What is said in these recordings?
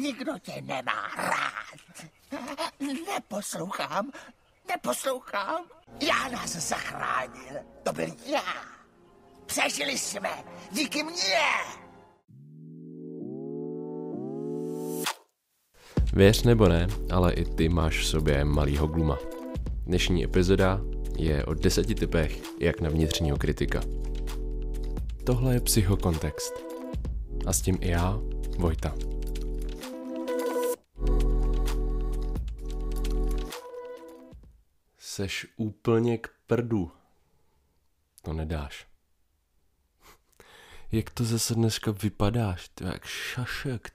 Nikdo tě nemá rád. Neposlouchám. Já nás zachránil. To byl já. Přežili jsme. Díky mně. Věř nebo ne, ale i ty máš v sobě malýho gluma. Dnešní epizoda je o 10 typech, jak na vnitřního kritika. Tohle je Psychokontext. A s tím i já, Vojta. Seš úplně k prdu. To nedáš. Jak to zase dneska vypadáš? Ty jak šašek.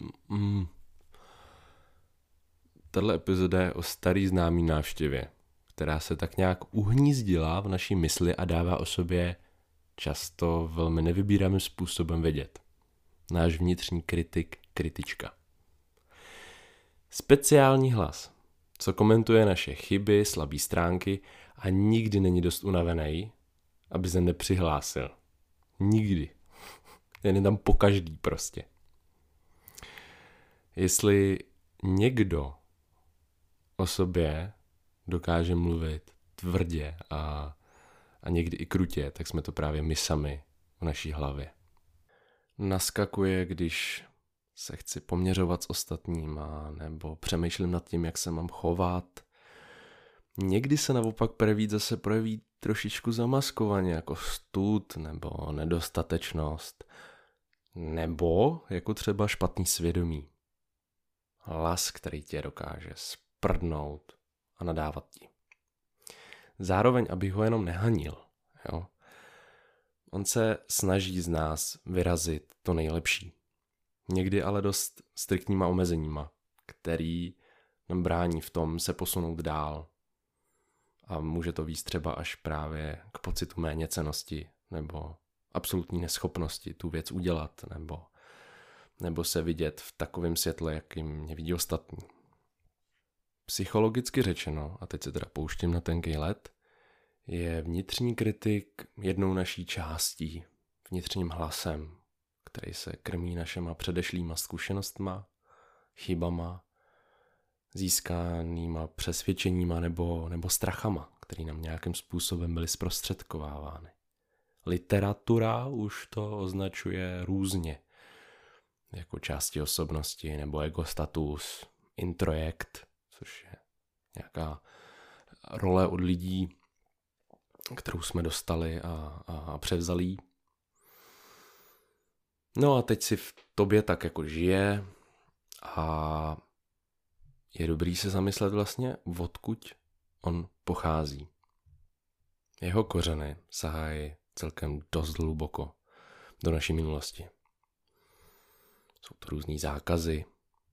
Tato epizoda je o starý známý návštěvě, která se tak nějak uhnízdila v naší mysli a dává o sobě často velmi nevybíravým způsobem vědět. Náš vnitřní kritik, kritička. Speciální hlas, co komentuje naše chyby, slabé stránky a nikdy není dost unavený, aby se nepřihlásil. Nikdy. Jen je tam pokaždý prostě. Jestli někdo o sobě dokáže mluvit tvrdě a někdy i krutě, tak jsme to právě my sami v naší hlavě. Naskakuje, když se chci poměřovat s ostatníma, nebo přemýšlím nad tím, jak se mám chovat. Někdy se naopak zase projeví trošičku zamaskovaně, jako stud nebo nedostatečnost, nebo jako třeba špatný svědomí. Hlas, který tě dokáže sprdnout a nadávat ti. Zároveň, abych ho jenom nehanil. Jo? On se snaží z nás vyrazit to nejlepší. Někdy ale dost striktníma omezeníma, který nám brání v tom se posunout dál. A může to vést třeba až právě k pocitu méněcennosti nebo absolutní neschopnosti tu věc udělat nebo se vidět v takovém světle, jakým mě vidí ostatní. Psychologicky řečeno, a teď se teda pouštím na tenkej led, je vnitřní kritik jednou naší částí, vnitřním hlasem, který se krmí našima předešlýma zkušenostma, chybama, získanýma přesvědčeníma nebo strachama, který nám nějakým způsobem byly zprostředkovávány. Literatura už to označuje různě, jako části osobnosti nebo egostatus, introjekt, což je nějaká role od lidí, kterou jsme dostali a převzali. No a teď si v tobě tak jako žije a je dobrý se zamyslet vlastně, odkud on pochází. Jeho kořeny sahají celkem dost hluboko do naší minulosti. Jsou to různý zákazy,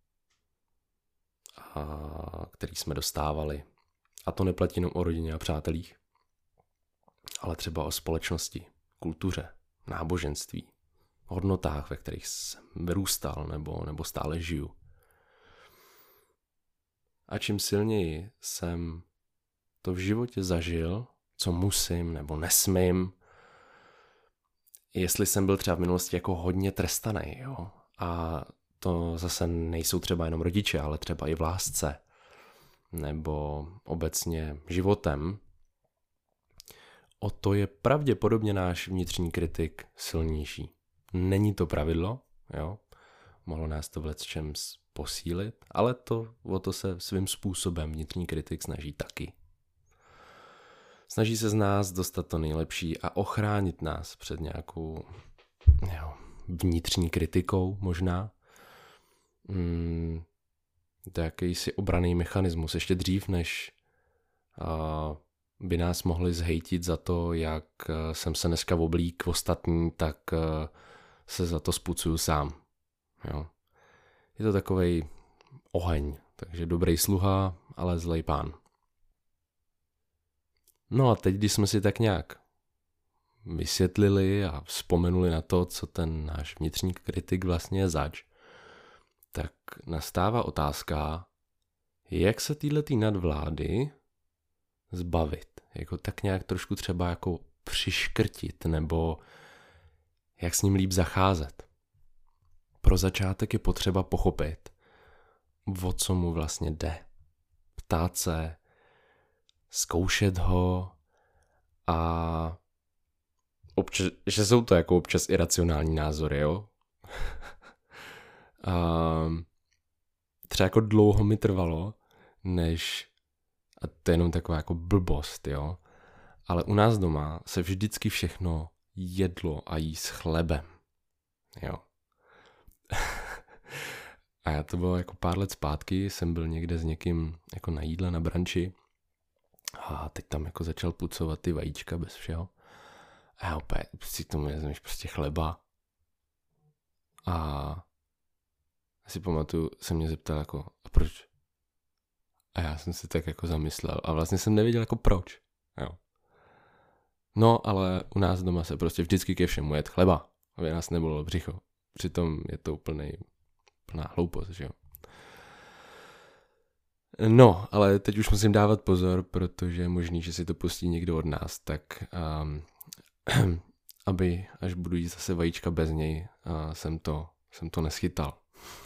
který jsme dostávali. A to neplatí jenom o rodině a přátelích, ale třeba o společnosti, kultuře, náboženství, hodnotách, ve kterých jsem vyrůstal nebo stále žiju. A čím silněji jsem to v životě zažil, co musím nebo nesmím, jestli jsem byl třeba v minulosti jako hodně trestaný, jo? A to zase nejsou třeba jenom rodiče, ale třeba i v lásce nebo obecně životem, o to je pravděpodobně náš vnitřní kritik silnější. Není to pravidlo, jo? Mohlo nás to v lecčem posílit, ale o to se svým způsobem vnitřní kritik snaží taky. Snaží se z nás dostat to nejlepší a ochránit nás před nějakou vnitřní kritikou možná. To je jakýsi obranný mechanismus. Ještě dřív, než by nás mohli zhejtit za to, jak jsem se dneska oblík ostatní, tak se za to spucuju sám. Jo. Je to takovej oheň, takže dobrý sluha, ale zlej pán. No a teď, když jsme si tak nějak vysvětlili a vzpomenuli na to, co ten náš vnitřní kritik vlastně je zač, tak nastává otázka, jak se téhletý nadvlády zbavit. Jako tak nějak trošku třeba jako přiškrtit, nebo jak s ním líp zacházet. Pro začátek je potřeba pochopit, o co mu vlastně jde. Ptát se, zkoušet ho a občas, že jsou to jako občas iracionální názory, jo? A třeba jako dlouho mi trvalo, než, a to je jenom taková jako blbost, jo? Ale u nás doma se vždycky všechno jedlo a jí s chlebem, jo? A já to bylo jako pár let zpátky, jsem byl někde s někým jako na jídle, na branči a teď tam jako začal pucovat ty vajíčka bez všeho. A já opět si k tomu vezmeš prostě chleba. A si pamatuju, se mě zeptal jako, a proč? A já jsem si tak jako zamyslel a vlastně jsem nevěděl jako proč, jo. No, ale u nás doma se prostě vždycky ke všemu jet chleba, aby nás nebylo břicho. Přitom je to plná hloupost, že jo. No, ale teď už musím dávat pozor, protože je možný, že si to pustí někdo od nás, tak aby až budu jít zase vajíčka bez něj, jsem to neschytal.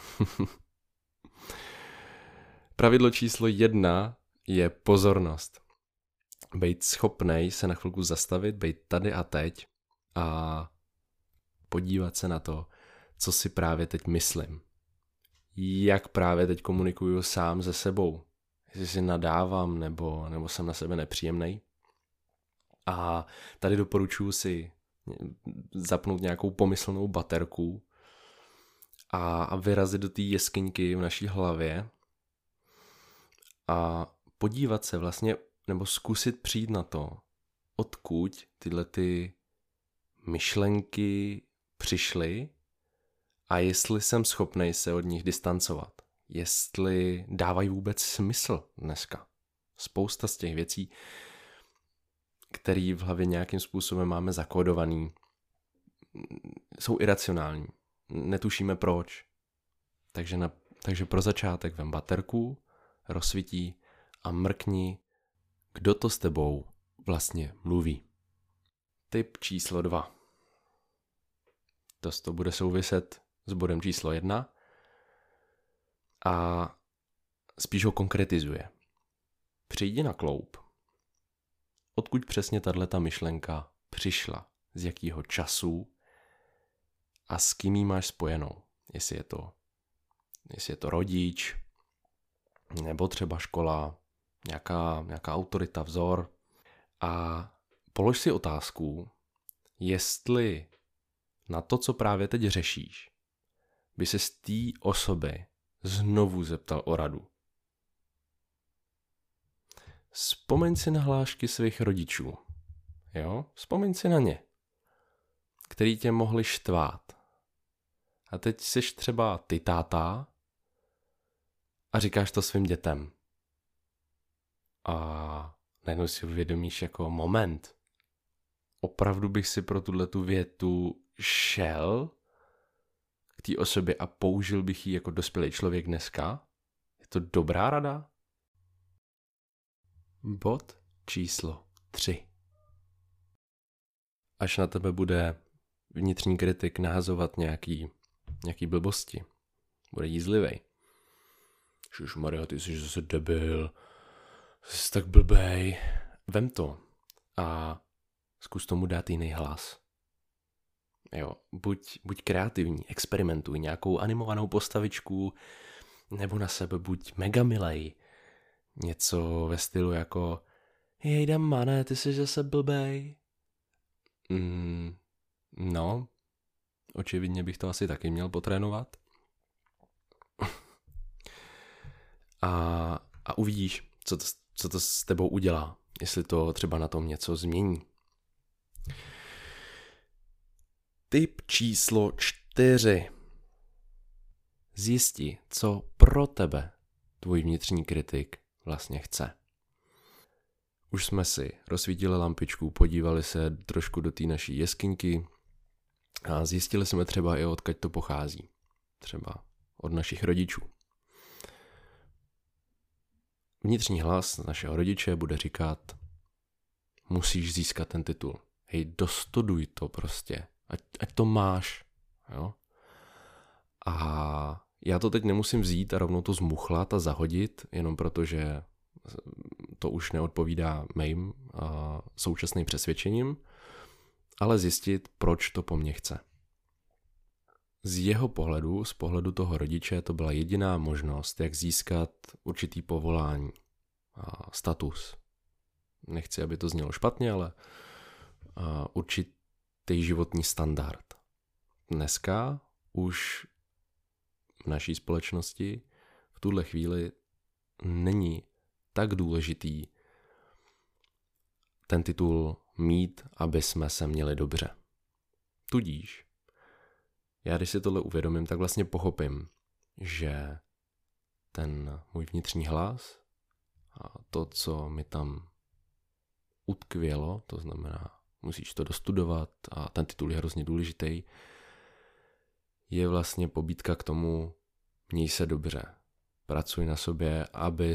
Pravidlo číslo 1 je pozornost. Bejt schopnej se na chvilku zastavit, bejt tady a teď a podívat se na to, co si právě teď myslím. Jak právě teď komunikuju sám se sebou. Jestli si nadávám, nebo jsem na sebe nepříjemnej. A tady doporučuji si zapnout nějakou pomyslnou baterku a vyrazit do té jeskyňky v naší hlavě a podívat se vlastně, nebo zkusit přijít na to, odkud tyhle ty myšlenky přišly a jestli jsem schopnej se od nich distancovat. Jestli dávají vůbec smysl dneska. Spousta z těch věcí, které v hlavě nějakým způsobem máme zakódovaný, jsou iracionální. Netušíme proč. Takže pro začátek vem baterku, rozsvítí a mrkni, kdo to s tebou vlastně mluví. Tip číslo 2. To bude souviset s bodem číslo 1 a spíš ho konkretizuje. Přijdi na kloub. Odkud přesně tato myšlenka přišla, z jakého času a s kým jí máš spojenou. Jestli je to rodič, nebo třeba škola, nějaká autorita, vzor. A polož si otázku, jestli na to, co právě teď řešíš, by se z té osoby znovu zeptal o radu. Vzpomeň si na hlášky svých rodičů. Jo? Vzpomeň si na ně, který tě mohli štvát. A teď jsi třeba ty táta a říkáš to svým dětem. A najednou si uvědomíš jako moment. Opravdu bych si pro tuhletu větu šel k té osobě a použil bych ji jako dospělý člověk dneska? Je to dobrá rada? Bod číslo 3. Až na tebe bude vnitřní kritik nahazovat nějaký blbosti, bude jízlivej. Ježišmarja, ty jsi zase debil, jsi tak blbej. Vem to a zkus tomu dát jiný hlas. Jo, buď kreativní, experimentuj nějakou animovanou postavičku, nebo na sebe buď mega milej. Něco ve stylu jako jejda mane, ty jsi zase blbej. No, očividně bych to asi taky měl potrénovat. A uvidíš, co to s tebou udělá, jestli to třeba na tom něco změní. Tip číslo 4. Zjisti, co pro tebe tvůj vnitřní kritik vlastně chce. Už jsme si rozsvítili lampičku, podívali se trošku do té naší jeskyňky a zjistili jsme třeba i odkud to pochází. Třeba od našich rodičů. Vnitřní hlas našeho rodiče bude říkat: musíš získat ten titul. Hej, dostuduj to prostě. Ať to máš. Jo? A Já to teď nemusím vzít a rovnou to zmuchlat a zahodit, jenom protože to už neodpovídá mým současným přesvědčením, ale zjistit, proč to po mně chce. Z jeho pohledu, z pohledu toho rodiče, to byla jediná možnost, jak získat určitý povolání a status. Nechci, aby to znělo špatně, ale určitý životní standard. Dneska už v naší společnosti v tuhle chvíli není tak důležitý ten titul mít, aby jsme se měli dobře. Tudíž, já když si tohle uvědomím, tak vlastně pochopím, že ten můj vnitřní hlas a to, co mi tam utkvělo, to znamená, musíš to dostudovat a ten titul je hrozně důležitý, je vlastně pobídka k tomu, měj se dobře, pracuj na sobě, aby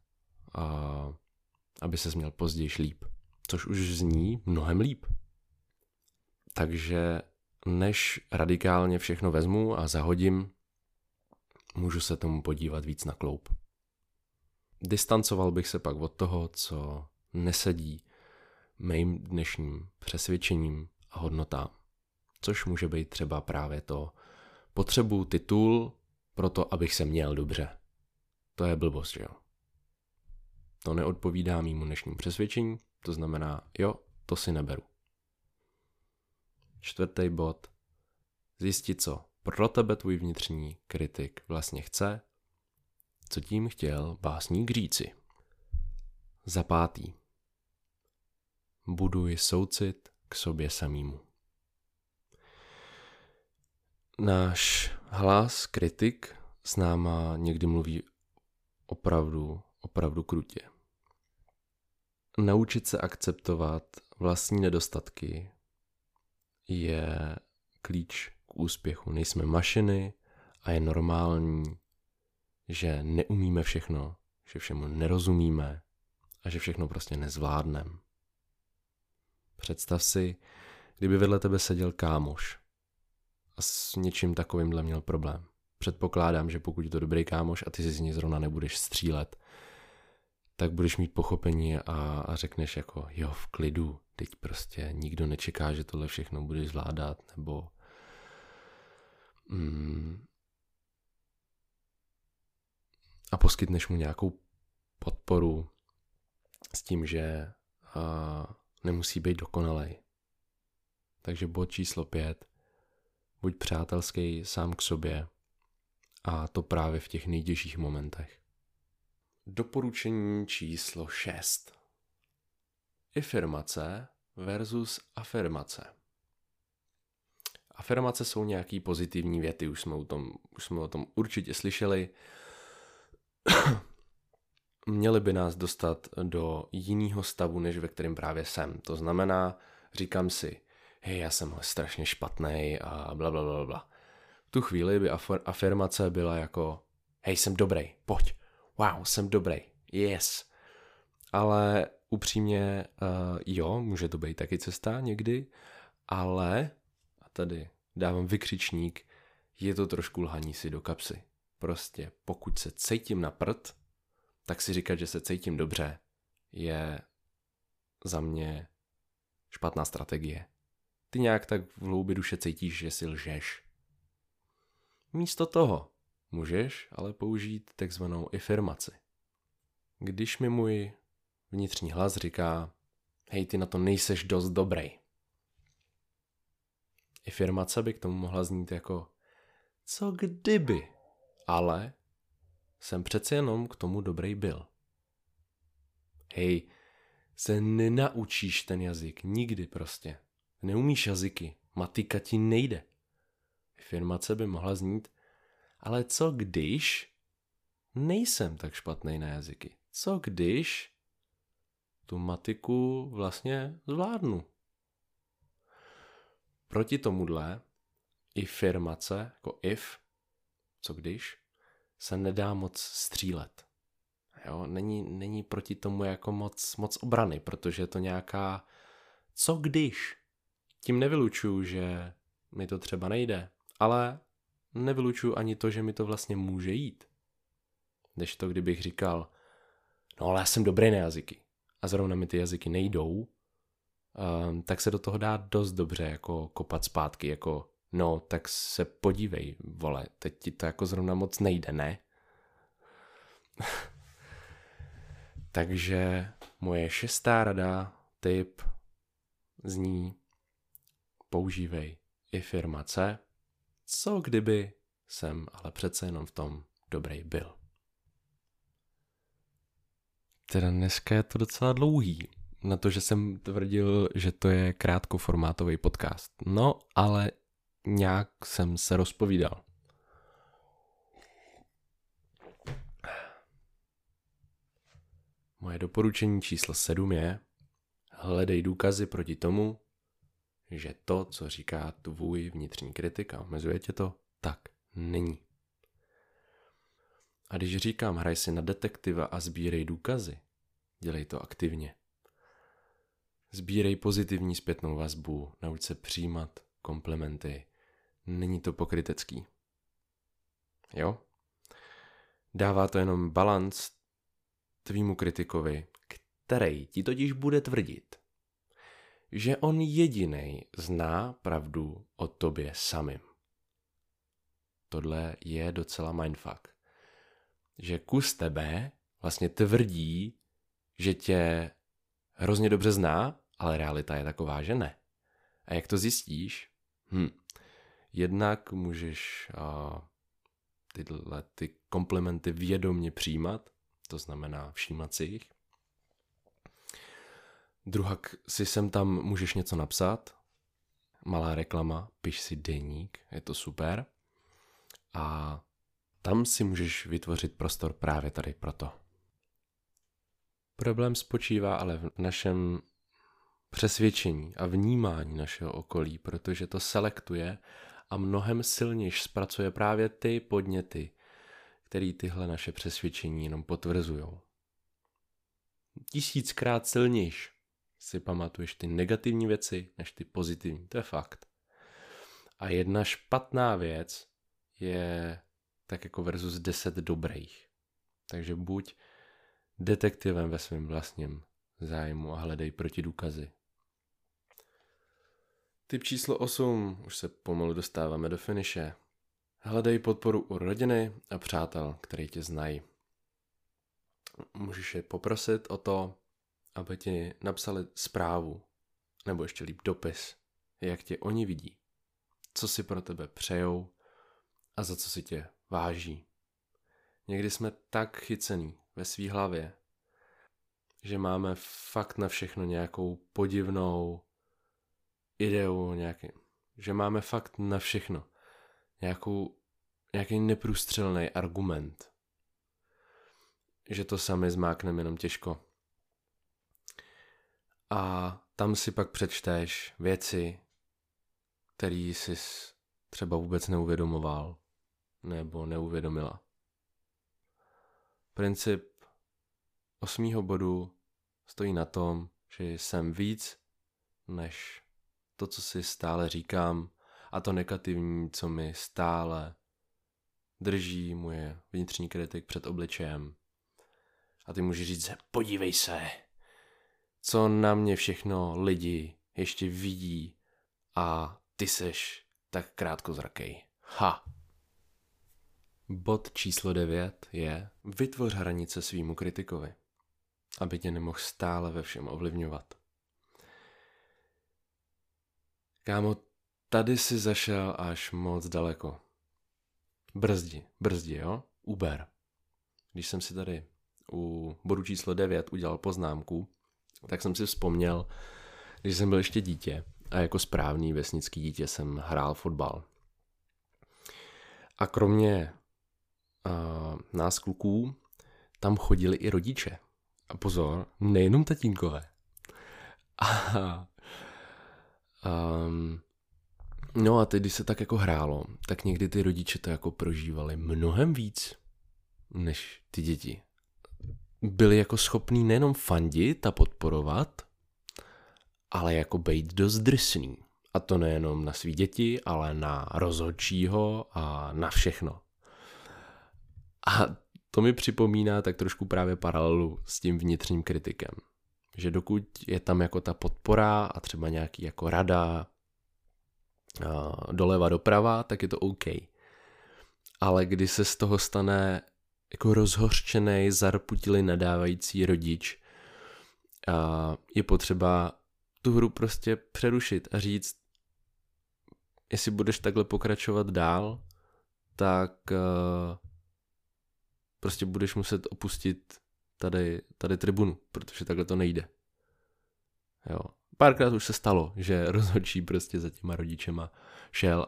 ses měl později líp. Což už zní mnohem líp. Takže než radikálně všechno vezmu a zahodím, můžu se tomu podívat víc na kloup. Distancoval bych se pak od toho, co nesedí mým dnešním přesvědčením a hodnotám. Což může být třeba právě to, potřebuji titul pro to, abych se měl dobře. To je blbost, jo. To neodpovídá mému dnešnímu přesvědčení, to znamená, jo, to si neberu. 4. bod. Zjistit, co pro tebe tvůj vnitřní kritik vlastně chce, co tím chtěl básník říci. Za 5. Buduj soucit k sobě samýmu. Náš hlas, kritik, s náma někdy mluví opravdu krutě. Naučit se akceptovat vlastní nedostatky je klíč k úspěchu. Nejsme mašiny a je normální, že neumíme všechno, že všemu nerozumíme a že všechno prostě nezvládneme. Představ si, kdyby vedle tebe seděl kámoš a s něčím takovýmhle měl problém. Předpokládám, že pokud je to dobrý kámoš a ty si z něj zrovna nebudeš střílet, tak budeš mít pochopení a řekneš jako jo, v klidu, teď prostě nikdo nečeká, že tohle všechno budeš zvládat, nebo a poskytneš mu nějakou podporu s tím, že nemusí být dokonalej. Takže bod číslo 5, buď přátelský sám k sobě a to právě v těch nejtěžších momentech. Doporučení číslo 6. Afirmace versus afirmace. Afirmace jsou nějaký pozitivní věty, už jsme o tom určitě slyšeli. Měly by nás dostat do jiného stavu, než ve kterém právě jsem. To znamená, říkám si, hej, já jsem strašně špatnej a blablabla. V tu chvíli by afirmace byla jako, hej, jsem dobrý, pojď, wow, jsem dobrý, yes. Ale upřímně, jo, může to být taky cesta někdy, ale, a tady dávám vykřičník, je to trošku lhaní si do kapsy. Prostě pokud se cítím na prd, tak si říkat, že se cítím dobře, je za mě špatná strategie. Ty nějak tak v hloubi duše cítíš, že si lžeš. Místo toho můžeš ale použít takzvanou afirmaci. Když mi můj vnitřní hlas říká, hej, ty na to nejseš dost dobrý. Afirmace by k tomu mohla znít jako, co kdyby, ale jsem přece jenom k tomu dobrý byl. Hej, se nenaučíš ten jazyk, nikdy prostě. Neumíš jazyky, matika ti nejde. Afirmace by mohla znít, ale co když nejsem tak špatný na jazyky? Co když tu matiku vlastně zvládnu? Proti tomuhle afirmace, jako if, co když, se nedá moc střílet. Jo? Není proti tomu jako moc obrany, protože je to nějaká co když. Tím nevylučuju, že mi to třeba nejde, ale nevylučuju ani to, že mi to vlastně může jít. Kdežto kdybych říkal, no ale já jsem dobrý na jazyky a zrovna mi ty jazyky nejdou, tak se do toho dá dost dobře jako kopat zpátky, jako no, tak se podívej, vole, teď ti to jako zrovna moc nejde, ne? Takže moje 6. rada, tip zní, používej i firma C, co kdyby jsem ale přece jenom v tom dobrý byl. Teda dneska je to docela dlouhý, na to, že jsem tvrdil, že to je krátkoformátový podcast. No, ale nějak jsem se rozpovídal. Moje doporučení číslo 7 je: hledej důkazy proti tomu, že to, co říká tvůj vnitřní kritik a omezuje tě to, tak není. A když říkám hraj si na detektiva a sbírej důkazy, dělej to aktivně. Sbírej pozitivní zpětnou vazbu, nauč se přijímat komplimenty. Není to pokrytecký. Jo? Dává to jenom balanc tvýmu kritikovi, který ti totiž bude tvrdit, že on jedinej zná pravdu o tobě samým. Tohle je docela mindfuck. Že kus tebe vlastně tvrdí, že tě hrozně dobře zná, ale realita je taková, že ne. A jak to zjistíš? Jednak můžeš tyhle ty komplimenty vědomě přijímat, to znamená všímat si jich. Druhak si sem tam můžeš něco napsat, malá reklama, piš si deník, je to super. A tam si můžeš vytvořit prostor právě tady proto. Problém spočívá ale v našem přesvědčení a vnímání našeho okolí, protože to selektuje a mnohem silnějš zpracuje právě ty podněty, který tyhle naše přesvědčení jenom potvrzujou. 1000krát silnějš si pamatuješ ty negativní věci než ty pozitivní, to je fakt. A jedna špatná věc je tak jako versus 10 dobrých. Takže buď detektivem ve svém vlastním zájmu a hledej protidůkazy. Tip číslo 8, už se pomalu dostáváme do finiše. Hledej podporu u rodiny a přátel, který tě znají. Můžeš je poprosit o to, aby ti napsali zprávu, nebo ještě líp dopis, jak tě oni vidí, co si pro tebe přejou a za co si tě váží. Někdy jsme tak chycený ve svý hlavě, že máme fakt na všechno nějakou podivnou ideu, že máme fakt na všechno nějaký neprůstřelný argument. Že to sami zmákneme jenom těžko. A tam si pak přečteš věci, které jsi třeba vůbec neuvědomoval nebo neuvědomila. Princip 8. bodu stojí na tom, že jsem víc než to, co si stále říkám, a to negativní, co mi stále drží moje vnitřní kritik před obličejem. A ty můžeš říct, podívej se, co na mě všechno lidi ještě vidí a ty seš tak krátkozrakej. Ha! Bod číslo 9 je vytvoř hranice svýmu kritikovi, aby tě nemohl stále ve všem ovlivňovat. Kámo, tady si zašel až moc daleko. Brzdi, jo? Uber. Když jsem si tady u bodu číslo 9 udělal poznámku, tak jsem si vzpomněl, když jsem byl ještě dítě a jako správný vesnický dítě jsem hrál fotbal. A kromě nás kluků tam chodili i rodiče. A pozor, nejenom tatínkové. No a teď, když se tak jako hrálo, tak někdy ty rodiče to jako prožívali mnohem víc než ty děti. Byli jako schopní nejenom fandit a podporovat, ale jako bejt dost drsný A to nejenom na svý děti, ale na rozhodčího a na všechno. A to mi připomíná tak trošku právě paralelu s tím vnitřním kritikem. Že dokud je tam jako ta podpora a třeba nějaký jako rada doleva doprava, tak je to OK. Ale když se z toho stane jako rozhořčenej, zarputilý, nadávající rodič, je potřeba tu hru prostě přerušit a říct, jestli budeš takhle pokračovat dál, tak prostě budeš muset opustit tady tribunu, protože takhle to nejde. Jo. Párkrát už se stalo, že rozhodčí prostě za těma rodičema šel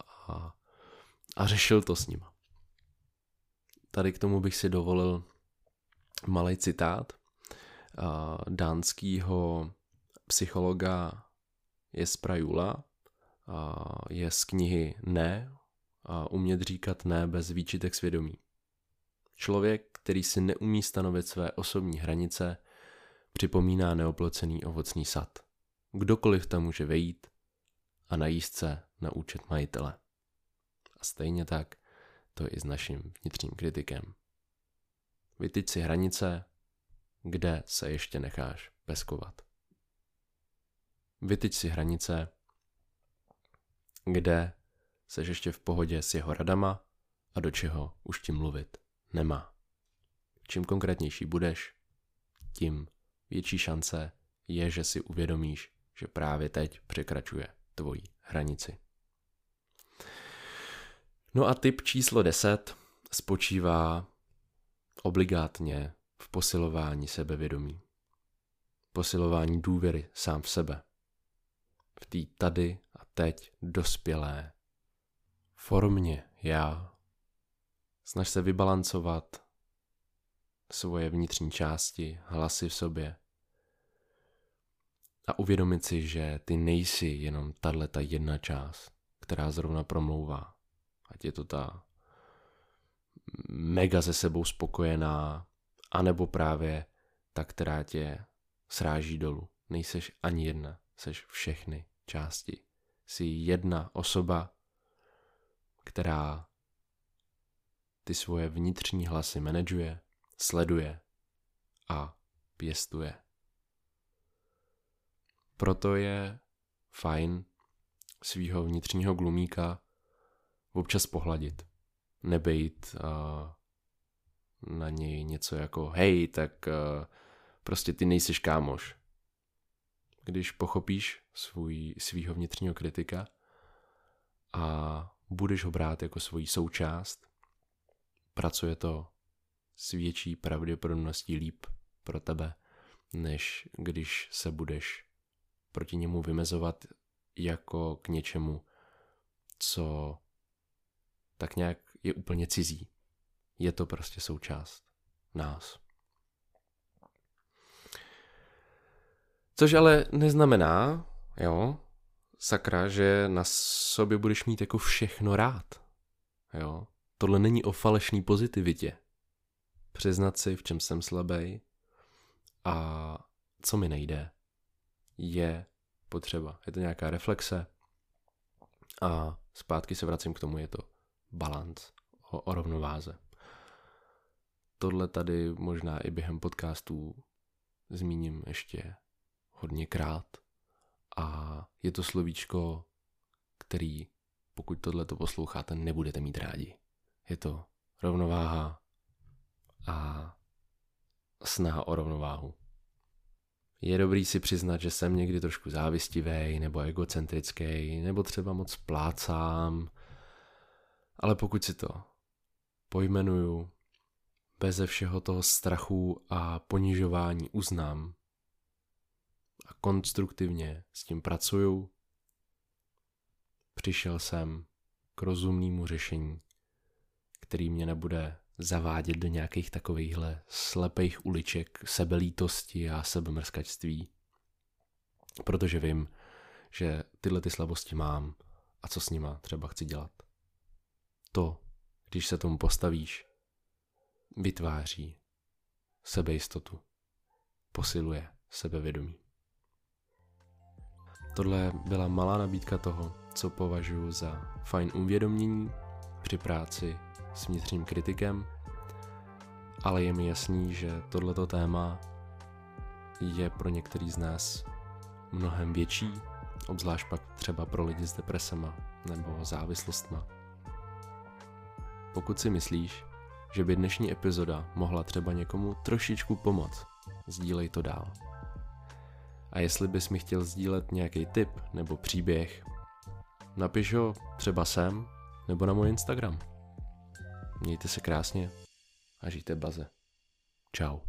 a řešil to s nima. Tady k tomu bych si dovolil malý citát dánského psychologa Jespera Juula, je z knihy Ne a umět říkat ne bez výčitek svědomí. Člověk, který si neumí stanovit své osobní hranice, připomíná neoplocený ovocný sad. Kdokoliv tam může vejít a najíst se na účet majitele. A stejně tak to je i s naším vnitřním kritikem. Vytyč si hranice, kde se ještě necháš peskovat. Vytyč si hranice, kde seš ještě v pohodě s jeho radama a do čeho už ti mluvit nemá. Čím konkrétnější budeš, tím větší šance je, že si uvědomíš, že právě teď překračuje tvoji hranici. No a tip číslo 10 spočívá obligátně v posilování sebevědomí. Posilování důvěry sám v sebe. V té tady a teď dospělé formě já. Snaž se vybalancovat svoje vnitřní části, hlasy v sobě a uvědomit si, že ty nejsi jenom tato jedna část, která zrovna promlouvá. Ať je to ta mega se sebou spokojená, anebo právě ta, která tě sráží dolů. Nejseš ani jedna, seš všechny části. Jsi jedna osoba, která ty svoje vnitřní hlasy manažuje, sleduje a pěstuje. Proto je fajn svýho vnitřního glumíka občas pohladit. Nebejt na něj něco jako hej, tak prostě ty nejseš kámoš. Když pochopíš svýho vnitřního kritika a budeš ho brát jako svoji součást, pracuje to s větší pravděpodobností líp pro tebe, než když se budeš proti němu vymezovat jako k něčemu, co tak nějak je úplně cizí. Je to prostě součást nás. Což ale neznamená, sakra, že na sobě budeš mít jako všechno rád. Jo? Tohle není o falešné pozitivitě. Přiznat si, v čem jsem slabý a co mi nejde, je potřeba. Je to nějaká reflexe a zpátky se vracím k tomu, je to balanc, o rovnováze. Tohle tady možná i během podcastů zmíním ještě hodněkrát a je to slovíčko, který, pokud tohleto posloucháte, nebudete mít rádi. Je to rovnováha a snaha o rovnováhu. Je dobrý si přiznat, že jsem někdy trošku závistivý nebo egocentrický, nebo třeba moc plácám, ale pokud si to pojmenuju, beze všeho toho strachu a ponižování uznám a konstruktivně s tím pracuju, přišel jsem k rozumnému řešení, který mě nebude zavádět do nějakých takovýchhle slepých uliček sebelítosti a sebemrskačství. Protože vím, že tyhle ty slabosti mám a co s nima třeba chci dělat. To, když se tomu postavíš, vytváří sebejistotu, posiluje sebevědomí. Tohle byla malá nabídka toho, co považuji za fajn uvědomění při práci s vnitřním kritikem, ale je mi jasný, že tohleto téma je pro některý z nás mnohem větší, obzvlášť pak třeba pro lidi s depresema nebo závislostma. Pokud si myslíš, že by dnešní epizoda mohla třeba někomu trošičku pomoct, sdílej to dál. A jestli bys mi chtěl sdílet nějaký tip nebo příběh, napiš ho třeba sem nebo na můj Instagram. Mějte se krásně a žijte baze. Čau.